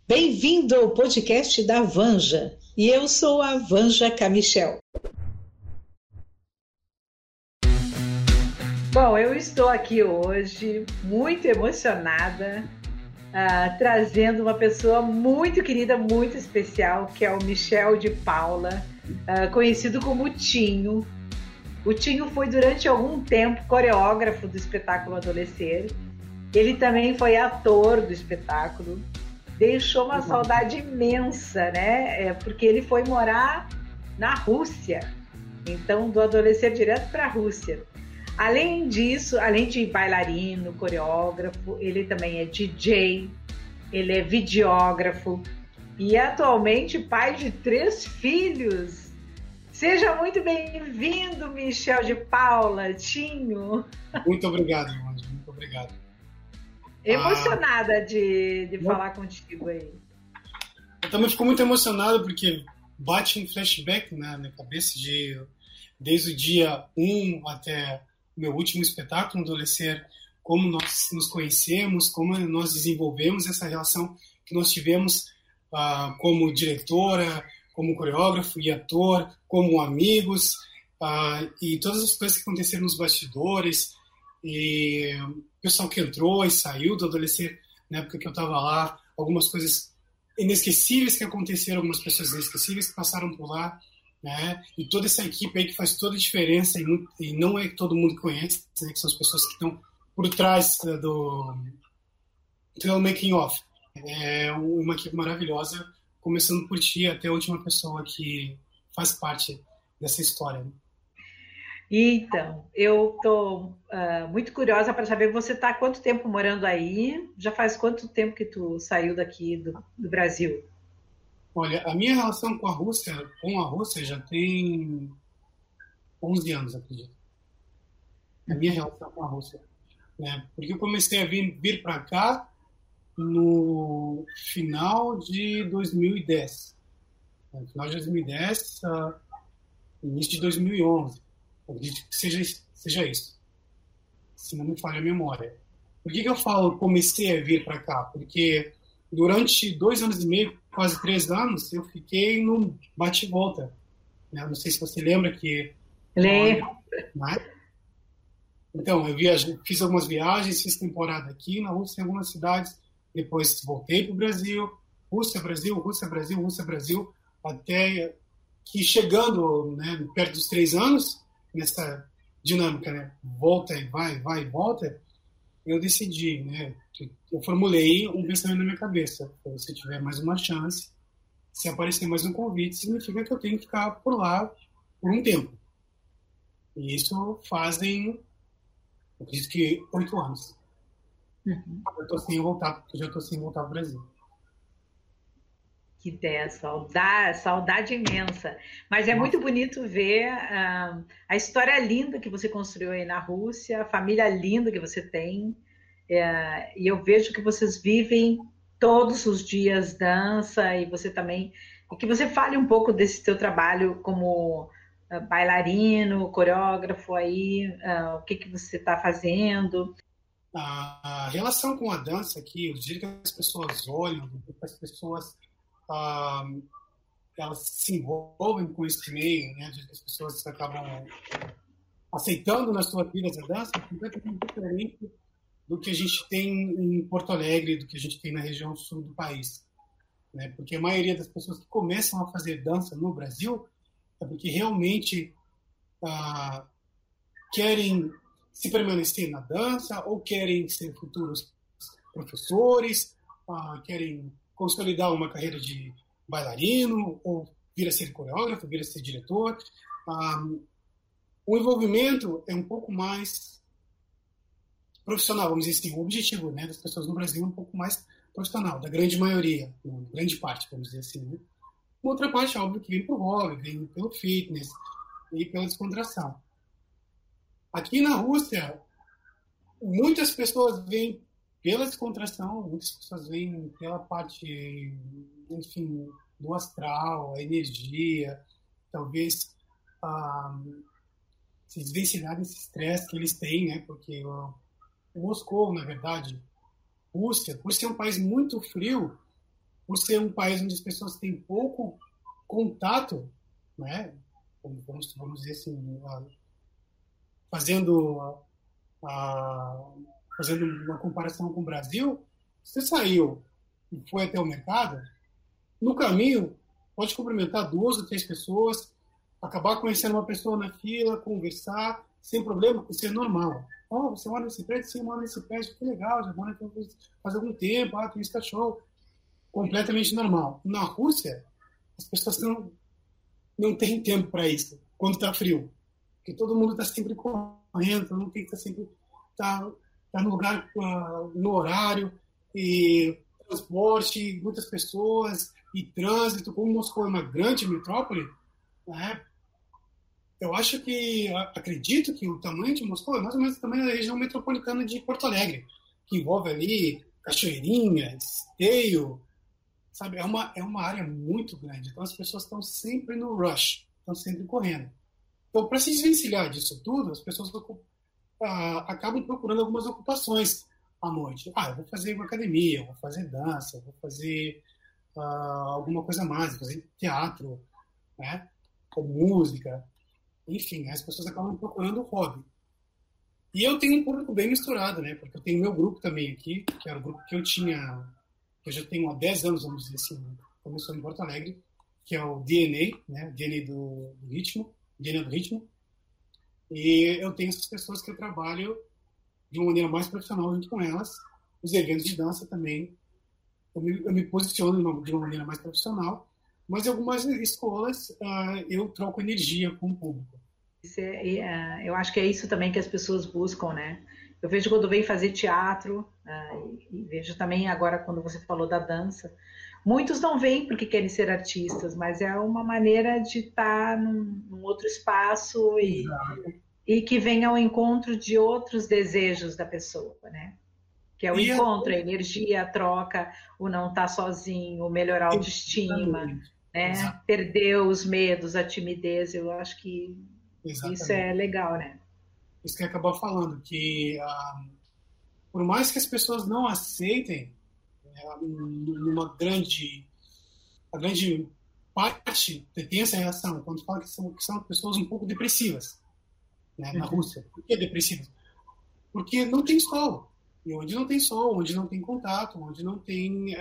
Bem-vindo ao podcast da Vanja. E eu sou a Vanja Camichel. Bom, eu estou aqui hoje muito emocionada, trazendo uma pessoa muito querida, muito especial, que é o Michel de Paula, conhecido como Tinho. O Tinho foi durante algum tempo coreógrafo do espetáculo Adolescer. Ele também foi ator do espetáculo. Deixou uma saudade imensa, né? Porque ele foi morar na Rússia. Então, do Adolescer direto para a Rússia. Além disso, além de bailarino, coreógrafo, ele também é DJ, ele é videógrafo e atualmente pai de 3 filhos. Seja muito bem-vindo, Michel de Paula, Tinho. Muito obrigado, Ângela, muito obrigado. Emocionada de falar contigo aí. Eu também fico muito emocionado porque bate um flashback na minha cabeça desde o dia 1 até o meu último espetáculo no Adolescer, como nós nos conhecemos, como nós desenvolvemos essa relação que nós tivemos como diretora, como coreógrafo e ator, como amigos, e todas as coisas que aconteceram nos bastidores, e o pessoal que entrou e saiu do Adolescer na época que eu estava lá, algumas coisas inesquecíveis que aconteceram, algumas pessoas inesquecíveis que passaram por lá, né? E toda essa equipe aí que faz toda a diferença e não é todo mundo que conhece, né? Que são as pessoas que estão por trás do making off. É uma equipe maravilhosa, começando por ti até a última pessoa que faz parte dessa história, né? Então, eu estou muito curiosa para saber, você está há quanto tempo morando aí? Já faz quanto tempo que tu saiu daqui do Brasil? Olha, a minha relação com a Rússia já tem 11 anos, acredito. A minha relação com a Rússia, né? Porque eu comecei a vir para cá no final de 2010. No final de 2010, início de 2011. Acredito que seja isso, se não me falha a memória. Por que eu falo comecei a vir para cá? Porque durante 2 anos e meio, quase 3 anos, eu fiquei no bate e volta, né? Não sei se você lembra que... Lembro. Né? Então, eu fiz algumas viagens, fiz temporada aqui na Rússia, em algumas cidades, depois voltei para o Brasil, Rússia, Brasil, Rússia, Brasil, Rússia, Brasil, até que chegando, né, perto dos 3 anos, nessa dinâmica, né, volta e vai e volta, eu decidi, né, eu formulei um pensamento na minha cabeça: se tiver mais uma chance, se aparecer mais um convite, significa que eu tenho que ficar por lá por um tempo. E isso fazem, eu acredito que 8 anos. Uhum. Eu estou sem voltar, porque eu já estou sem voltar ao Brasil. Que ideia, saudade imensa. Mas é muito bonito ver a história linda que você construiu aí na Rússia, a família linda que você tem. E eu vejo que vocês vivem todos os dias dança, e você também. E que você fale um pouco desse teu trabalho como bailarino, coreógrafo aí, o que você está fazendo. A relação com a dança aqui, o jeito que as pessoas olham, que as pessoas elas se envolvem com esse meio, né? As pessoas acabam aceitando nas suas vidas a dança, é completamente diferente do que a gente tem em Porto Alegre, do que a gente tem na região sul do país, né? Porque a maioria das pessoas que começam a fazer dança no Brasil é porque realmente querem se permanecer na dança, ou querem ser futuros professores, querem consolidar uma carreira de bailarino, ou vir a ser coreógrafo, vir a ser diretor. O envolvimento é um pouco mais profissional, vamos dizer assim. O objetivo, né, das pessoas no Brasil é um pouco mais profissional, da grande maioria, grande parte, vamos dizer assim, né? Uma outra parte, óbvio, que vem pelo hobby, vem pelo fitness e pela descontração. Aqui na Rússia, muitas pessoas vêm pela descontração, muitas pessoas vêm pela parte, enfim, do astral, a energia, talvez se desvencilhar desse estresse que eles têm, né? Porque Moscou, na verdade, Rússia, por ser um país muito frio, por ser um país onde as pessoas têm pouco contato, né? Vamos dizer assim, fazendo uma comparação com o Brasil, você saiu e foi até o mercado, no caminho, pode cumprimentar 2 ou 3 pessoas, acabar conhecendo uma pessoa na fila, conversar, sem problema, isso é normal. Oh, você mora nesse prédio? Sim, mora nesse prédio, que legal, já mora aqui faz algum tempo, tem esse cachorro. Completamente normal. Na Rússia, as pessoas não têm tempo para isso, quando está frio. Porque todo mundo está sempre correndo, todo mundo tem que estar sempre no lugar, no horário, e transporte, muitas pessoas, e trânsito. Como Moscou é uma grande metrópole, né? Eu acredito que o tamanho de Moscou é mais ou menos o tamanho da região metropolitana de Porto Alegre, que envolve ali Cachoeirinha, Esteio, sabe? É uma área muito grande. Então as pessoas estão sempre no rush, estão sempre correndo. Então, para se desvencilhar disso tudo, as pessoas acabam procurando algumas ocupações à noite. Eu vou fazer uma academia, eu vou fazer dança, eu vou fazer alguma coisa mais, vou fazer teatro, né? Ou música. Enfim, as pessoas acabam procurando hobby. E eu tenho um público bem misturado, né? Porque eu tenho meu grupo também aqui, que era o grupo que eu já tenho há 10 anos, vamos dizer assim, começou em Porto Alegre, que é o DNA, né? DNA do ritmo, DNA do ritmo. E eu tenho essas pessoas que eu trabalho de uma maneira mais profissional junto com elas. Os eventos de dança também, eu me posiciono de uma maneira mais profissional. Mas em algumas escolas eu troco energia com o público. Eu acho que é isso também que as pessoas buscam, né? Eu vejo quando vem fazer teatro, e vejo também agora quando você falou da dança, muitos não vêm porque querem ser artistas, mas é uma maneira de estar num outro espaço e que venha ao encontro de outros desejos da pessoa, né? Que é o encontro, a energia, a troca, o não estar sozinho, o melhorar a autoestima, né? Perder os medos, a timidez. Eu acho que isso é legal, né? Isso que eu ia acabar falando, que por mais que as pessoas não aceitem, a grande parte tem essa reação, quando fala que são pessoas um pouco depressivas, né, na Rússia. Por que depressivas? Porque não tem sol. E onde não tem sol, onde não tem contato, onde não tem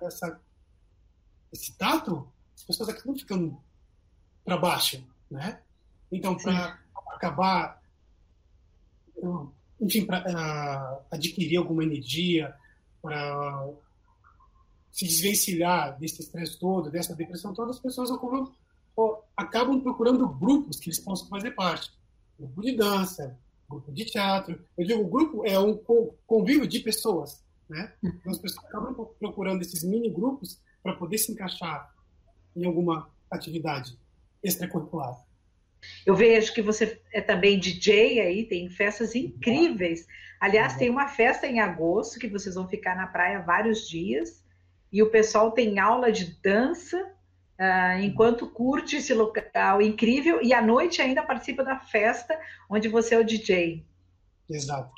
esse tato, as pessoas acabam ficando para baixo, né? Então, para acabar, enfim, para adquirir alguma energia, para se desvencilhar desse estresse todo, dessa depressão toda, as pessoas acabam procurando grupos que eles possam fazer parte. Grupo de dança, grupo de teatro. Eu digo, o grupo é um convívio de pessoas, né? Então, as pessoas acabam procurando esses mini grupos para poder se encaixar em alguma atividade extracurricular. Eu vejo que você é também DJ aí, tem festas incríveis. Aliás, tem uma festa em agosto que vocês vão ficar na praia vários dias e o pessoal tem aula de dança enquanto curte esse local incrível e à noite ainda participa da festa onde você é o DJ. Exato.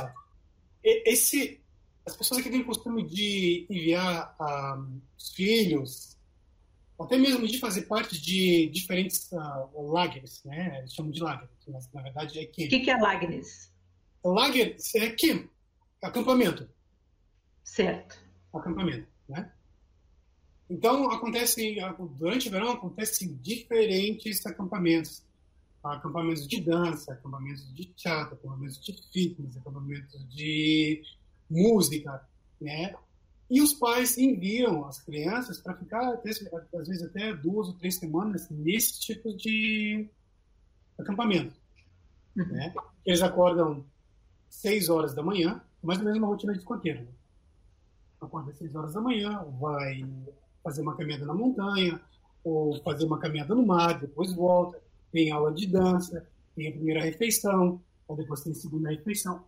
As pessoas aqui têm o costume de enviar os filhos, até mesmo de fazer parte de diferentes lagers, né? Eles chamam de lager, mas na verdade é camp. O que é lagers? Lager é camp, acampamento. Certo. Acampamento, né? Então, durante o verão, acontecem diferentes acampamentos. Acampamentos de dança, acampamentos de teatro, acampamentos de fitness, acampamentos de música, né? E os pais enviam as crianças para ficar, às vezes, até 2 ou 3 semanas nesse tipo de acampamento. Né? Eles acordam 6 horas da manhã, mais ou menos uma rotina de escoteiro. Né? Acorda às 6 horas da manhã, vai fazer uma caminhada na montanha, ou fazer uma caminhada no mar, depois volta, tem aula de dança, tem a primeira refeição, ou depois tem a segunda refeição.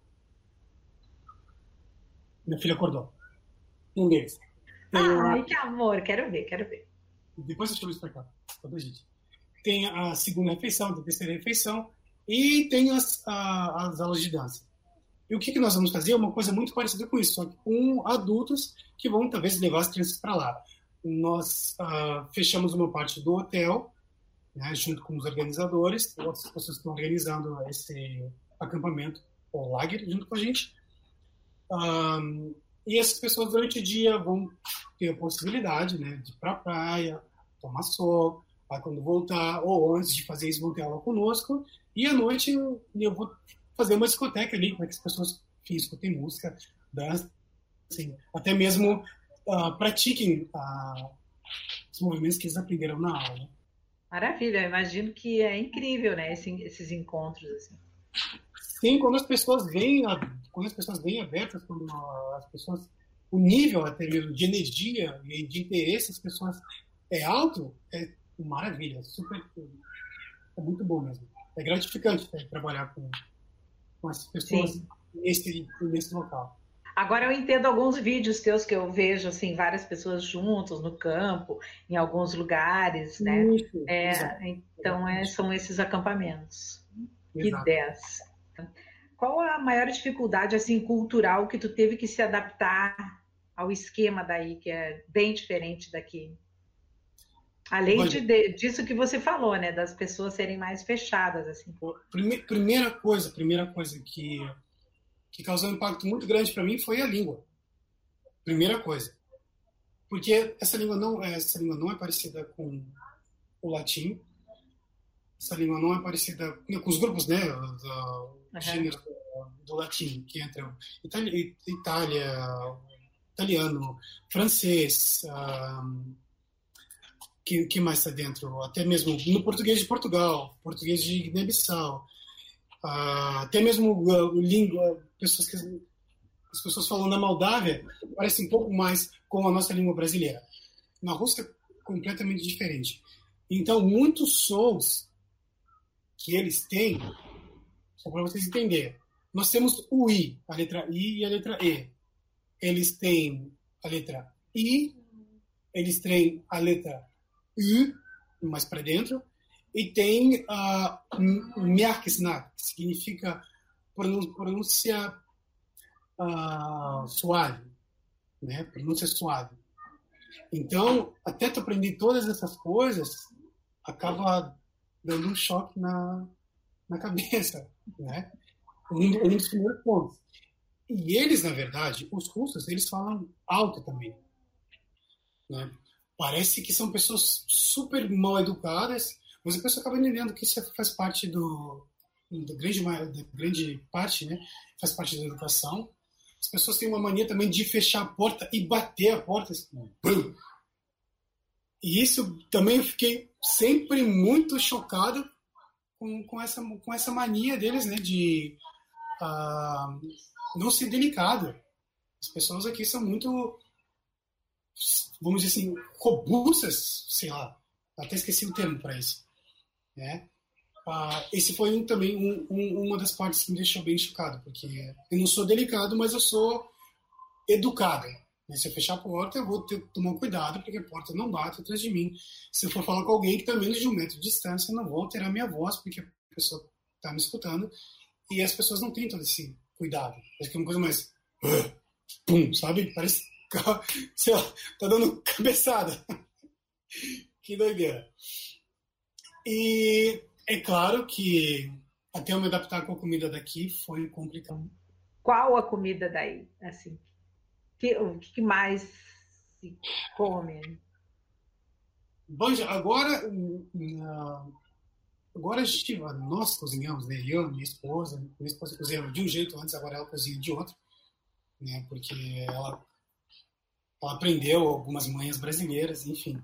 Minha filha acordou. Um deles. Ai, que amor, quero ver. Depois eu chamo isso pra cá, toda a gente. Tem a segunda refeição, a terceira refeição, e tem as aulas de dança. E o que nós vamos fazer é uma coisa muito parecida com isso, só que com adultos que vão talvez levar as crianças para lá. nós fechamos uma parte do hotel, né, junto com os organizadores, outras pessoas que estão organizando esse acampamento, ou lager, junto com a gente. E essas pessoas durante o dia vão ter a possibilidade, né, de ir para a praia, tomar sol, quando voltar, ou antes de fazer isso, vão ter aula conosco. E à noite eu vou fazer uma discoteca ali, para que as pessoas escutem música, dancem, assim, até mesmo pratiquem os movimentos que eles aprenderam na aula. Né? Maravilha, eu imagino que é incrível, né, esses encontros, assim. Sim, quando as pessoas vêm abertas, quando as pessoas, o nível até mesmo de energia e de interesse das pessoas é alto, é maravilha, é muito bom mesmo. É gratificante, né, trabalhar com essas pessoas nesse local. Agora eu entendo alguns vídeos teus que eu vejo, assim, várias pessoas juntas no campo, em alguns lugares, né? Isso, então, são esses acampamentos. Que exato. 10. Qual a maior dificuldade, assim, cultural que tu teve que se adaptar ao esquema daí, que é bem diferente daqui? Além disso que você falou, né? Das pessoas serem mais fechadas, assim. Primeira coisa que causou um impacto muito grande para mim foi a língua. Primeira coisa. Porque essa língua não é parecida com o latim. Essa língua não é parecida com os grupos, né, do gênero do latim, que entram italiano, francês, que mais está dentro? Até mesmo no português de Portugal, português de Guiné-Bissau, até mesmo língua, as pessoas falando da Moldávia parece um pouco mais com a nossa língua brasileira. Na Rússia é completamente diferente. Então, muitos sons que eles têm, só para vocês entenderem, nós temos o I, a letra I e a letra E. Eles têm a letra I, eles têm a letra U, mais para dentro, e tem Mjärkesnak, que significa pronúncia suave, né? Pronúncia suave. Então, até tu aprender todas essas coisas, acaba dando um choque na cabeça, né? Um dos primeiros pontos. E eles, na verdade, os russos, eles falam alto também, né? Parece que são pessoas super mal educadas, mas a pessoa acaba entendendo que isso faz parte da grande parte, né? Faz parte da educação. As pessoas têm uma mania também de fechar a porta e bater a porta. Assim, e isso também eu fiquei sempre muito chocado com essa mania deles, né? De não ser delicado. As pessoas aqui são muito, vamos dizer assim, robustas, sei lá, até esqueci o termo para isso, né? Esse foi também uma das partes que me deixou bem chocado, porque eu não sou delicado, mas eu sou educado. Né? Se eu fechar a porta, eu vou tomar cuidado, porque a porta não bate atrás de mim. Se eu for falar com alguém que está a menos de 1 metro de distância, eu não vou alterar minha voz, porque a pessoa está me escutando, e as pessoas não têm todo esse cuidado. Acho que é uma coisa mais pum, sabe? Parece, sei lá, tá dando cabeçada. Que doideira. E é claro que até eu me adaptar com a comida daqui foi complicado. Qual a comida daí? Assim, o que mais se come? Bom, agora nós cozinhamos, né? Eu, minha esposa cozinha de um jeito antes, agora ela cozinha de outro, né? Porque ela aprendeu algumas manhas brasileiras, enfim.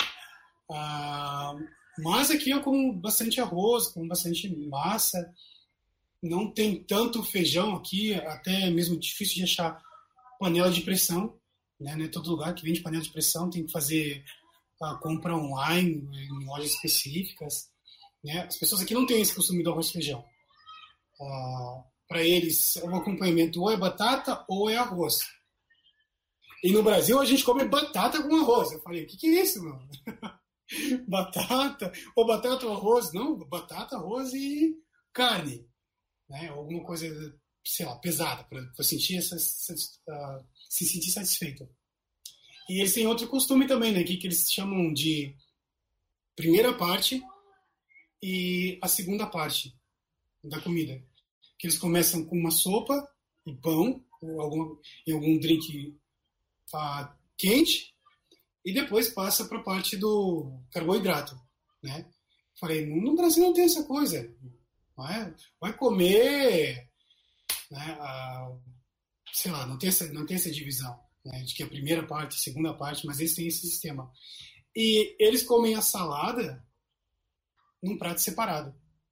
Mas aqui eu como bastante arroz, como bastante massa. Não tem tanto feijão aqui, até mesmo difícil de achar panela de pressão. Né? Não é todo lugar que vende panela de pressão, tem que fazer compra online, em lojas específicas. Né? As pessoas aqui não têm esse costume do arroz e feijão. Para eles, o acompanhamento ou é batata ou é arroz. E no Brasil a gente come batata com arroz. Eu falei, o que é isso, mano? Batata ou arroz? Não, batata, arroz e carne. Né? Alguma coisa, sei lá, pesada, para sentir se sentir satisfeito. E eles têm outro costume também, né? Que eles chamam de primeira parte e a segunda parte da comida. Que eles começam com uma sopa e pão, ou algum drink quente, e depois passa para a parte do carboidrato, né? Falei, no Brasil não tem essa coisa. Vai comer, né? Sei lá, não tem essa divisão, né? De que a primeira parte, a segunda parte, mas eles têm esse sistema. E eles comem a salada num prato separado.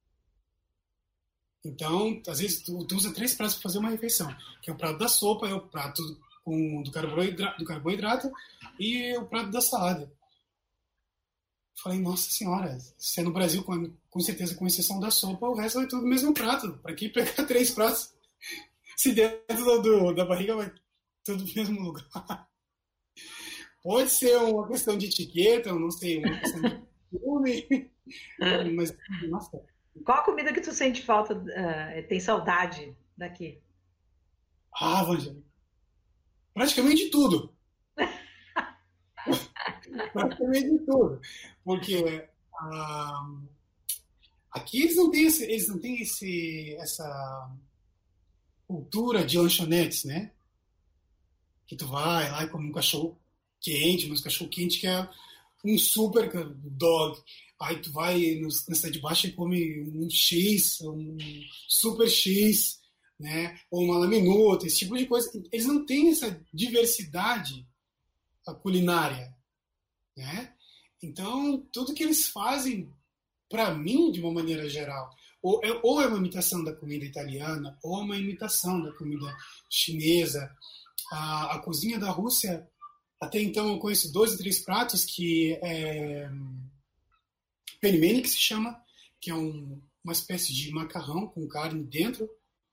Então, às vezes, tu usa 3 pratos para fazer uma refeição, que é o prato da sopa, é o prato do carboidrato e o prato da salada. Falei, nossa senhora, se é no Brasil, com certeza, com exceção da sopa, o resto vai tudo no mesmo prato. Para que pegar 3 pratos? Se dentro da barriga vai tudo no mesmo lugar. Pode ser uma questão de etiqueta, eu não sei, uma questão de filme, mas, nossa. Qual a comida que tu sente falta, tem saudade daqui? Vângela, praticamente tudo. Praticamente de tudo. Porque aqui eles não têm essa cultura de lanchonetes, né? Que tu vai lá e come um cachorro quente, mas cachorro quente que é um super dog. Aí tu vai na cidade de baixo e come um X, um super X, né? Ou uma laminuta, esse tipo de coisa. Eles não têm essa diversidade culinária, né? Então, tudo que eles fazem, para mim, de uma maneira geral, ou é uma imitação da comida italiana, ou é uma imitação da comida chinesa. A cozinha da Rússia, até então eu conheço 2 ou 3 pratos que é pelmeni, que se chama, que é uma espécie de macarrão com carne dentro.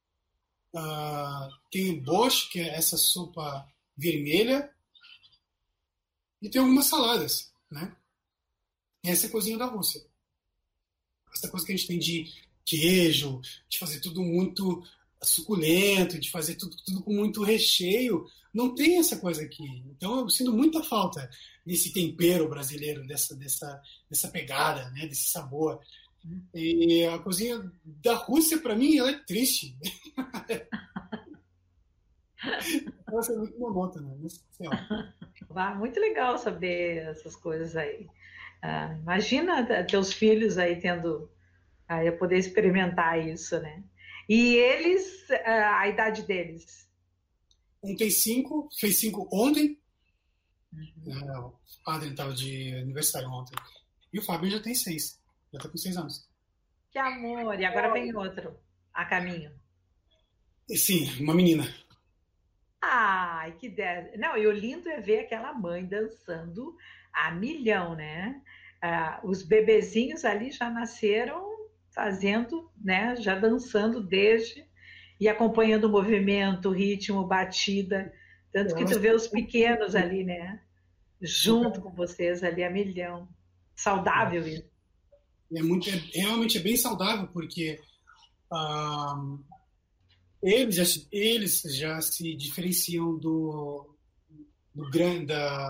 Tem borscht, que é essa sopa vermelha, e tem algumas saladas, né? Essa é a cozinha da Rússia. Essa coisa que a gente tem de queijo, de fazer tudo muito suculento, de fazer tudo com muito recheio, não tem essa coisa aqui. Então eu sinto muita falta desse tempero brasileiro, dessa pegada, né? Desse sabor. E a cozinha da Rússia, para mim, ela é triste. Nossa, é muito monótona, né? Sei lá. Muito legal saber essas coisas aí. Imagina teus filhos aí tendo a poder experimentar isso, né? E eles, a idade deles? Um tem 5, fez 5 ontem. O Adrian estava de aniversário ontem. E o Fábio já tem 6. Já está com 6 anos. Que amor! E agora vem outro a caminho. Sim, uma menina. Ai, que ideia. Não, e o lindo é ver aquela mãe dançando a milhão, né? Os bebezinhos ali já nasceram fazendo, né? Já dançando desde e acompanhando o movimento, o ritmo, batida. Tanto que tu vê os pequenos ali, né? Junto com vocês ali a milhão. Saudável isso. Realmente é bem saudável, porque eles já se diferenciam do grande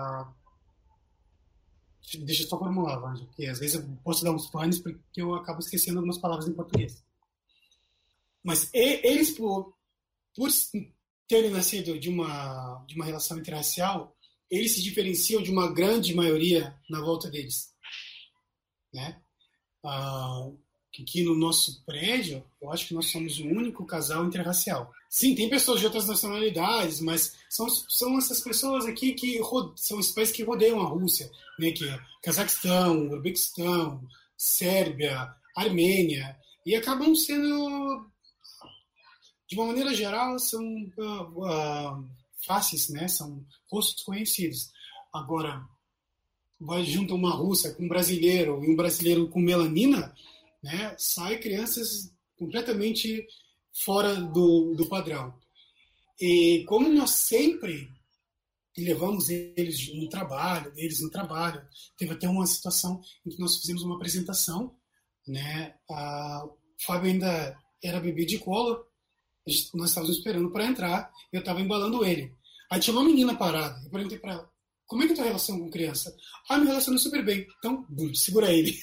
Deixa eu só formular, Vanja, porque às vezes eu posso dar uns panes porque eu acabo esquecendo algumas palavras em português. Mas eles, por terem nascido de uma relação interracial, eles se diferenciam de uma grande maioria na volta deles, né? Aqui no nosso prédio, eu acho que nós somos o único casal interracial. Sim, tem pessoas de outras nacionalidades, mas são essas pessoas aqui que são os países que rodeiam a Rússia, né? Que é Cazaquistão, Uzbequistão, Sérvia, Armênia, e acabam sendo, de uma maneira geral, são fáceis, né? São rostos conhecidos. Agora, vai junto uma russa com um brasileiro e um brasileiro com melanina, né? Sai crianças completamente fora do padrão. E como nós sempre levamos eles no trabalho, teve até uma situação em que nós fizemos uma apresentação, né? O Fábio ainda era bebê de colo, nós estávamos esperando para entrar, eu estava embalando ele. Aí tinha uma menina parada, eu perguntei para ela, como é que é a tua relação com criança? Ah, me relaciono super bem. Então, segura ele.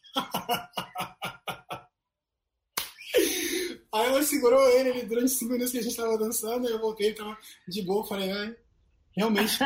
Aí ela segurou ele durante 5 minutos que a gente estava dançando, eu voltei, ele estava de boa, falei, realmente,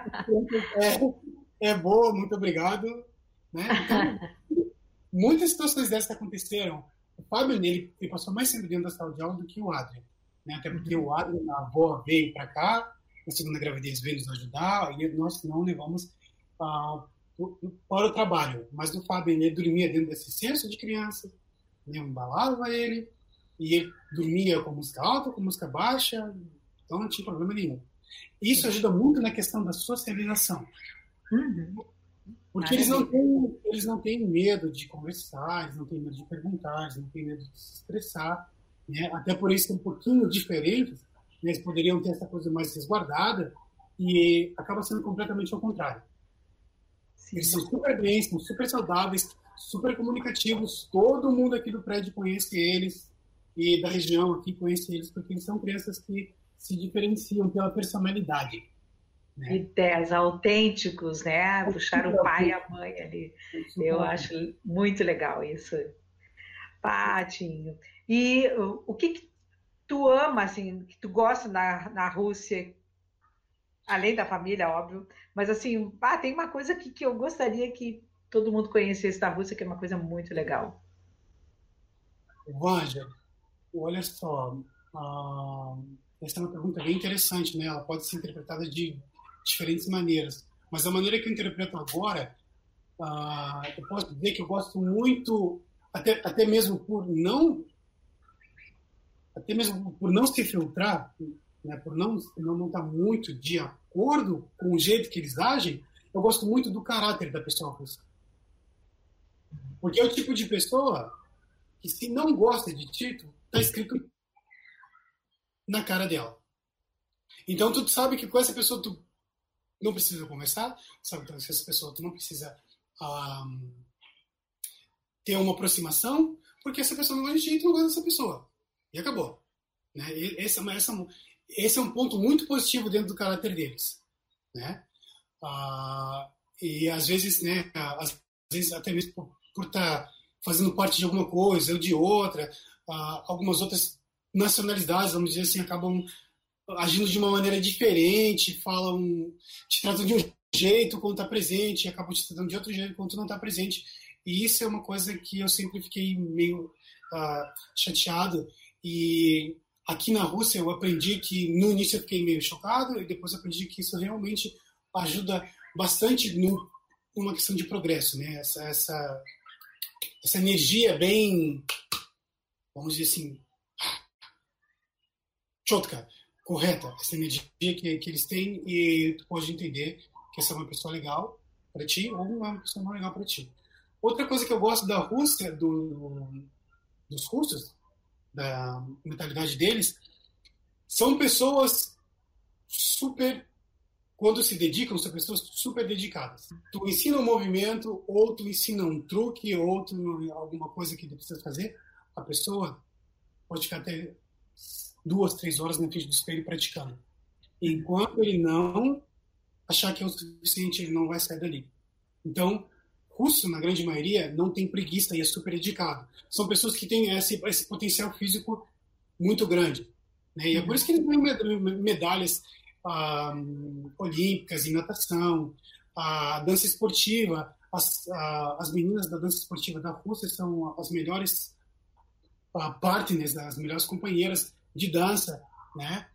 é boa, muito obrigado. Né? Então, muitas situações dessas aconteceram. O Fábio, ele passou mais tempo dentro da sala de aula do que o Adrian. Né? Até porque o Adrian, a avó, veio para cá, na segunda gravidez veio nos ajudar, e nós não levamos para o trabalho. Mas o Fábio, ele dormia dentro desse cesto de criança, né? Eu embalava ele, e ele dormia com música alta, com música baixa, então não tinha problema nenhum. Isso ajuda muito na questão da socialização. Porque eles não têm medo de conversar, eles não têm medo de perguntar, eles não têm medo de se expressar. Né? Até por isso que é um pouquinho diferentes, né? Eles poderiam ter essa coisa mais resguardada e acaba sendo completamente ao contrário. Sim. Eles são super bem, são super saudáveis, super comunicativos, todo mundo aqui do prédio conhece eles e da região aqui conhece eles, porque eles são crianças que se diferenciam pela personalidade. Né? Ideias autênticos, né? Puxar o pai e a mãe ali. Eu acho muito legal isso. Patinho. E o que tu ama, assim, que tu gosta na Rússia, além da família, óbvio, mas assim, tem uma coisa que eu gostaria que todo mundo conhecesse da Rússia, que é uma coisa muito legal. Vanja, olha só, essa é uma pergunta bem interessante, né? Ela pode ser interpretada de diferentes maneiras, mas a maneira que eu interpreto agora, eu posso dizer que eu gosto muito, até mesmo por não se filtrar, né? Por não estar muito de acordo com o jeito que eles agem, eu gosto muito do caráter da pessoa russa. Porque é o tipo de pessoa que, se não gosta de ti, está escrito na cara dela. Então, tu sabe que com essa pessoa tu não precisa conversar, sabe que com essa pessoa tu não precisa ter uma aproximação, porque essa pessoa não gosta de ti e tu não gosta dessa pessoa. E acabou. Né? Esse é um ponto muito positivo dentro do caráter deles. Né? E às vezes, né, até mesmo por estar fazendo parte de alguma coisa ou de outra, algumas outras nacionalidades, vamos dizer assim, acabam agindo de uma maneira diferente, te tratam de um jeito quando está presente, e acabam te tratando de outro jeito quando tu não está presente. E isso é uma coisa que eu sempre fiquei meio chateado. E aqui na Rússia eu aprendi que, no início eu fiquei meio chocado, e depois eu aprendi que isso realmente ajuda bastante numa questão de progresso, né? Essa energia bem, vamos dizer assim, chotka, correta, essa energia que eles têm, e tu pode entender que essa é uma pessoa legal para ti ou uma pessoa não legal para ti. Outra coisa que eu gosto da Rússia, dos russos, da mentalidade deles, são pessoas super, quando se dedicam, são pessoas super dedicadas. Tu ensina um movimento, ou tu ensina um truque, ou alguma coisa que tu precisa fazer, a pessoa pode ficar até 2, 3 horas na frente do espelho praticando. Enquanto ele não achar que é o suficiente, ele não vai sair dali. Então, russo, na grande maioria, não tem preguiça e é super dedicado. São pessoas que têm esse potencial físico muito grande. Né? E é por isso que eles ganham medalhas olímpicas em natação, a dança esportiva. As meninas da dança esportiva da Rússia são as melhores partners, as melhores companheiras de dança, né?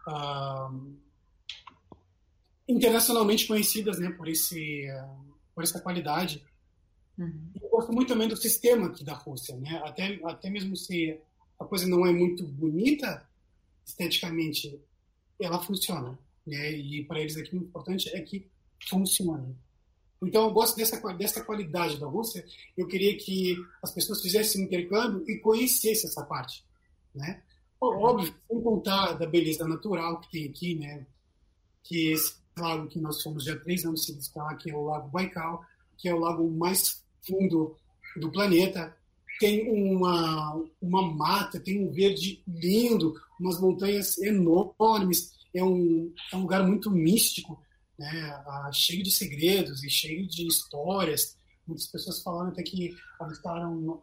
Internacionalmente conhecidas, né? Por essa qualidade. Eu gosto muito também do sistema aqui da Rússia, né? Até mesmo se a coisa não é muito bonita esteticamente, ela funciona, né? E para eles aqui o importante é que funcione. Então eu gosto dessa qualidade da Rússia. Eu queria que as pessoas fizessem um intercâmbio e conhecessem essa parte, né? Óbvio, sem contar da beleza natural que tem aqui, né? Que esse lago que nós fomos já 3 anos seguidos para lá, que é o Lago Baikal, que é o lago mais fundo do planeta. Tem uma mata, tem um verde lindo, umas montanhas enormes. É um lugar muito místico. né, cheio de segredos e cheio de histórias. Muitas pessoas falando até que avistaram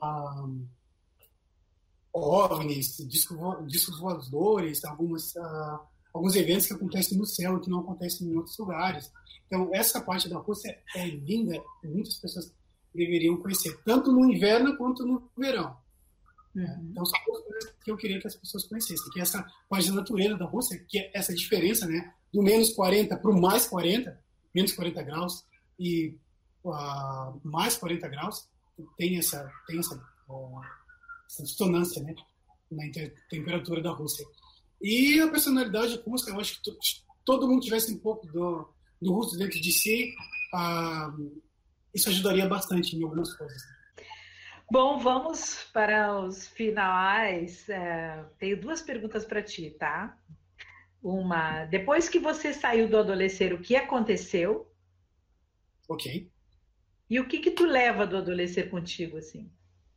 OVNIs, discos voadores, alguns eventos que acontecem no céu e que não acontecem em outros lugares. Então, essa parte da Rússia é linda e muitas pessoas deveriam conhecer, tanto no inverno quanto no verão. Então, são duas coisas que eu queria que as pessoas conhecessem, que essa parte da natureza da Rússia, que é essa diferença, né, do menos 40 para o mais 40, menos 40 graus e mais 40 graus, tem essa dissonância, né, na temperatura da Rússia. E a personalidade russa, eu acho que todo mundo tivesse um pouco do russo dentro de si, isso ajudaria bastante em algumas coisas. Bom, vamos para os finais. Tenho duas perguntas para ti, tá? Uma, depois que você saiu do Adolescer, o que aconteceu? Ok. E o que tu leva do Adolescer contigo, assim?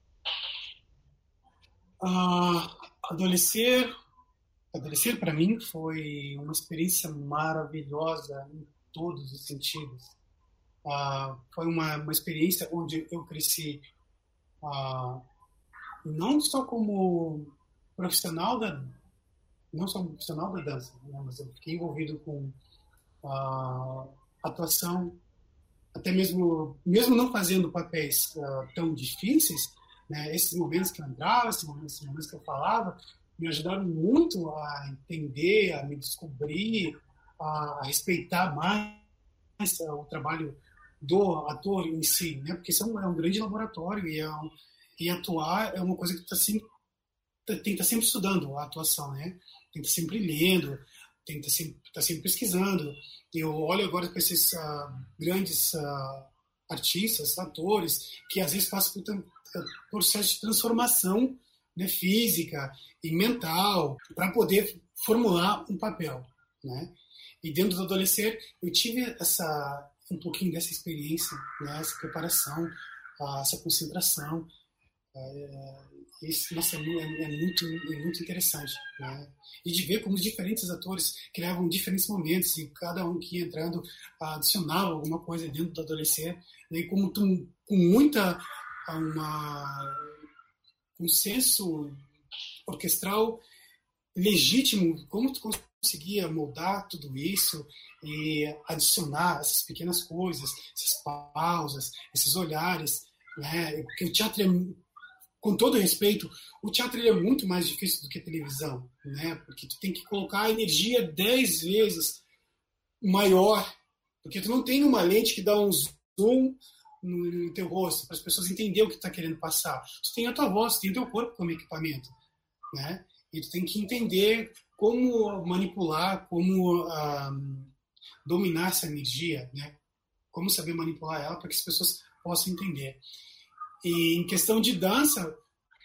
Adolescer para mim foi uma experiência maravilhosa em todos os sentidos. Foi uma experiência onde eu cresci não só como profissional não só profissional da dança, né, mas eu fiquei envolvido com atuação, até mesmo não fazendo papéis tão difíceis, né, esses momentos que eu entrava, esses momentos que eu falava, me ajudaram muito a entender, a me descobrir, a respeitar mais o trabalho do ator em si, né? Porque isso é um grande laboratório e atuar é uma coisa que tem que estar sempre estudando a atuação, né? Tem que estar sempre lendo, tem que estar sempre pesquisando. Eu olho agora para esses grandes artistas, atores, que às vezes passam por processo de transformação, né, física e mental para poder formular um papel, né? E dentro do Adolescer eu tive um pouquinho dessa experiência, né, essa preparação, essa concentração. Isso, nossa, é muito interessante, né? E de ver como os diferentes atores criavam diferentes momentos e cada um que ia entrando adicionava alguma coisa dentro do Adolescer, né? E como com muita um senso orquestral legítimo, como tu conseguia moldar tudo isso e adicionar essas pequenas coisas, essas pausas, esses olhares, né? Porque o teatro com todo respeito, o teatro é muito mais difícil do que a televisão, né? Porque tu tem que colocar a energia 10 vezes maior, porque tu não tem uma lente que dá um zoom no teu rosto, para as pessoas entenderem o que tu está querendo passar. Tu tem a tua voz, tu tem o teu corpo como equipamento, né? E tu tem que entender como manipular, como dominar essa energia, né? Como saber manipular ela para que as pessoas possam entender. E em questão de dança,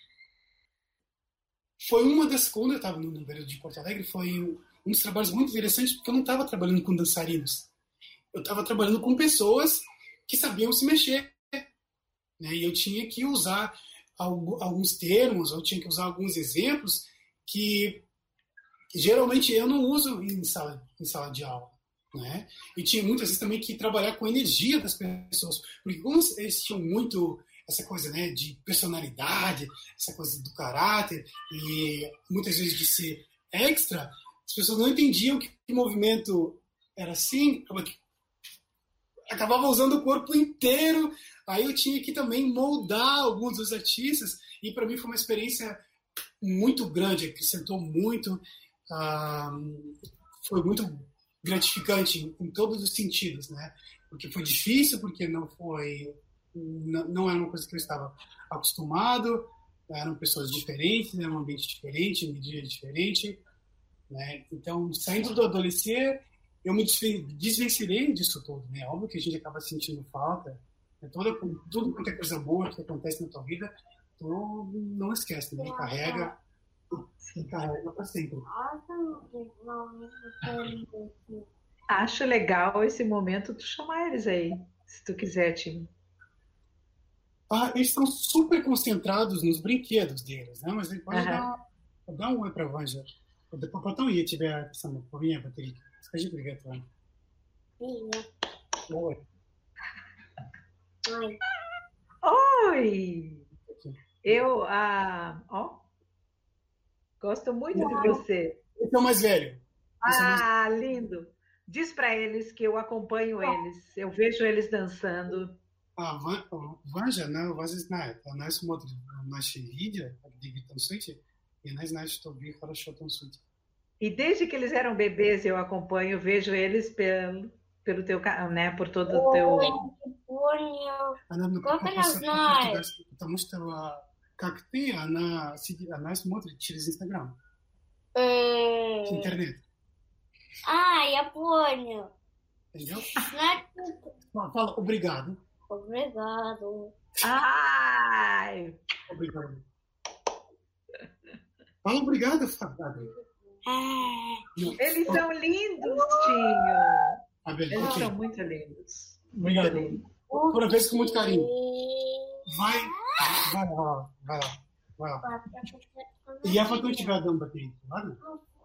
foi quando eu estava no período de Porto Alegre, foi um dos trabalhos muito interessantes, porque eu não estava trabalhando com dançarinos. Eu estava trabalhando com pessoas que sabiam se mexer, né? E eu tinha que usar alguns termos, eu tinha que usar alguns exemplos que geralmente eu não uso em sala de aula, né? E tinha muitas vezes também que trabalhar com a energia das pessoas, porque como eles tinham muito essa coisa, né, de personalidade, essa coisa do caráter e muitas vezes de ser extra, as pessoas não entendiam que o movimento era assim, acabava usando o corpo inteiro. Aí eu tinha que também moldar alguns dos artistas e para mim foi uma experiência muito grande, acrescentou muito, foi muito gratificante em todos os sentidos, né? Porque foi difícil, porque não era uma coisa que eu estava acostumado, eram pessoas diferentes, era um ambiente diferente, medida diferente, né? Então, saindo do Adolescer, eu me desvencilhei disso tudo, né? Óbvio que a gente acaba sentindo falta, né? Tudo quanto é coisa boa que acontece na tua vida, tu não esquece, né? Carrega para sempre. Acho legal esse momento tu chamar eles aí, se tu quiser, Tim. Eles estão super concentrados nos brinquedos deles, né? Mas ele pode dar um oi para a Vanja. Depois botar um i tiver essa minha bateria. Скажи привет, Ваня. Oi. Oi! Eu gosto muito de você. Esse é o mais velho. Lindo! Diz para eles que eu acompanho eles, eu vejo eles dançando. Vanja, Ваня знает. Она смотрит наши видео, где вы танцуете, и она знает, что вы хорошо танцуете. E desde que eles eram bebês eu acompanho, vejo eles pelo teu canal, né, por todo o teu... Как она знает? Потому что, как ты, она смотрит через Инстаграм, интернет. Я понял. Entendeu? Значит, Fala obrigado. obrigado. Ai! Obrigado. Fala obrigado, Fábio. Eles são lindos, Tinho. Beleza, Eles ok. são muito lindos. Obrigado. Muito lindos. Toda vez com muito carinho. Vai lá. E a foto tiver dando bateria, ладно?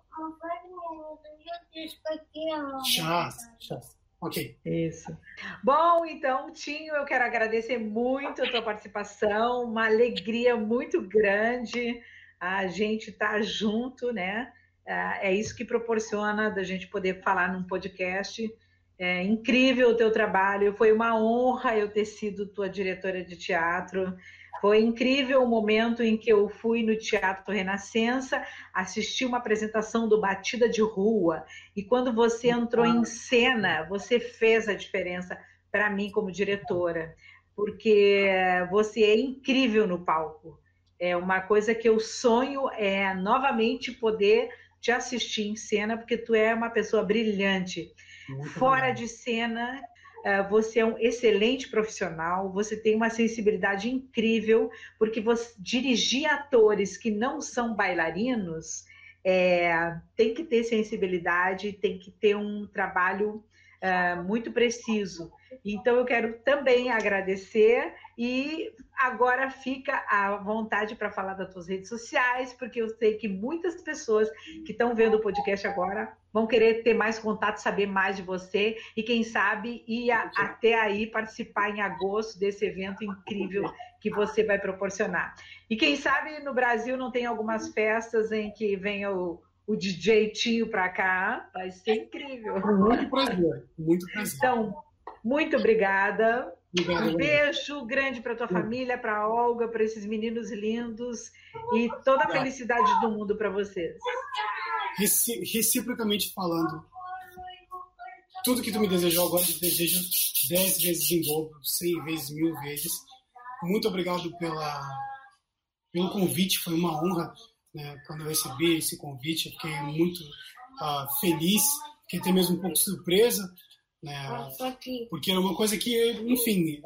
Сейчас. Ok. Isso. Bom, então, Tinho, eu quero agradecer muito a tua participação, uma alegria muito grande a gente estar junto, né? É isso que proporciona da gente poder falar num podcast. É incrível o teu trabalho, foi uma honra eu ter sido tua diretora de teatro. Foi incrível o momento em que eu fui no Teatro Renascença, assisti uma apresentação do Batida de Rua, e quando você entrou em cena, você fez a diferença para mim como diretora, porque você é incrível no palco. É uma coisa que eu sonho é novamente poder te assistir em cena, porque tu é uma pessoa brilhante. Fora de cena, você é um excelente profissional, você tem uma sensibilidade incrível, porque você dirigir atores que não são bailarinos tem que ter sensibilidade, tem que ter um trabalho muito preciso. Então eu quero também agradecer e agora fica à vontade para falar das tuas redes sociais, porque eu sei que muitas pessoas que estão vendo o podcast agora vão querer ter mais contato, saber mais de você e quem sabe ir até aí participar em agosto desse evento incrível que você vai proporcionar. E quem sabe no Brasil não tem algumas festas em que venha o DJ Tinho para cá, vai ser incrível. Muito prazer, muito prazer. Então, muito obrigada. Obrigado, Um beijo grande para tua família, para a Olga, para esses meninos lindos e toda a felicidade do mundo para vocês. Reciprocamente falando, tudo que tu me desejou agora, eu te desejo 10 vezes em dobro, 100 vezes, 1000 vezes. Muito obrigado pelo convite, foi uma honra, né, quando eu recebi esse convite, eu fiquei muito feliz, fiquei até mesmo um pouco surpresa, né, porque era uma coisa que, enfim,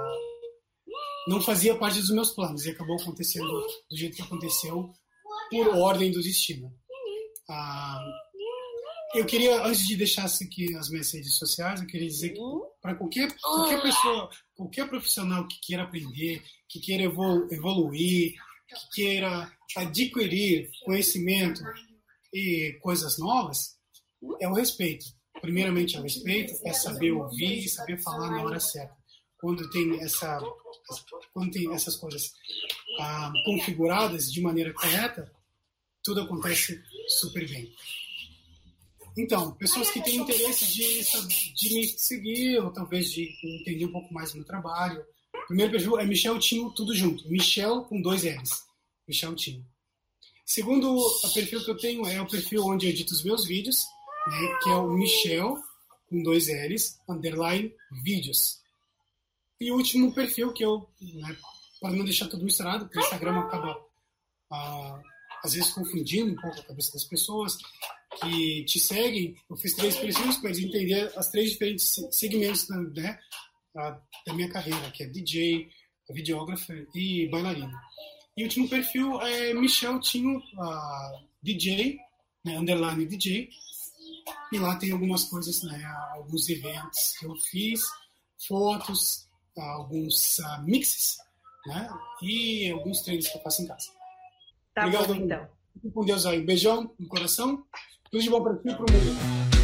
não fazia parte dos meus planos e acabou acontecendo do jeito que aconteceu por ordem do destino. Eu queria, antes de deixar aqui as minhas redes sociais, eu queria dizer que para qualquer pessoa, qualquer profissional que queira aprender, que queira evoluir, que queira adquirir conhecimento e coisas novas, é o respeito. Primeiramente é o respeito, é saber ouvir e saber falar na hora certa. Quando tem essas coisas configuradas de maneira correta, tudo acontece super bem. Então, pessoas que têm interesse de me seguir, ou talvez de entender um pouco mais do meu trabalho. O primeiro perfil é Michel Tinho, tudo junto. Michel com 2 L's. Michel Tinho. Segundo o perfil que eu tenho é o perfil onde eu edito os meus vídeos, né, que é o Michel com 2 L's, _ vídeos. E o último perfil que eu, né, para não deixar tudo misturado, porque o Instagram acaba às vezes confundindo um pouco a cabeça das pessoas que te seguem. Eu fiz 3 perfis para eles entenderem as 3 diferentes segmentos, né, da minha carreira, que é DJ, videógrafo e bailarina. E o último perfil é Michel Tinho, DJ, né, _ DJ. E lá tem algumas coisas, né, alguns eventos que eu fiz, fotos, alguns mixes, né, e alguns treinos que eu faço em casa. Tá Obrigado, bom, então. Fique com Deus aí. Beijão no coração. Tudo de bom para ti e para o mundo.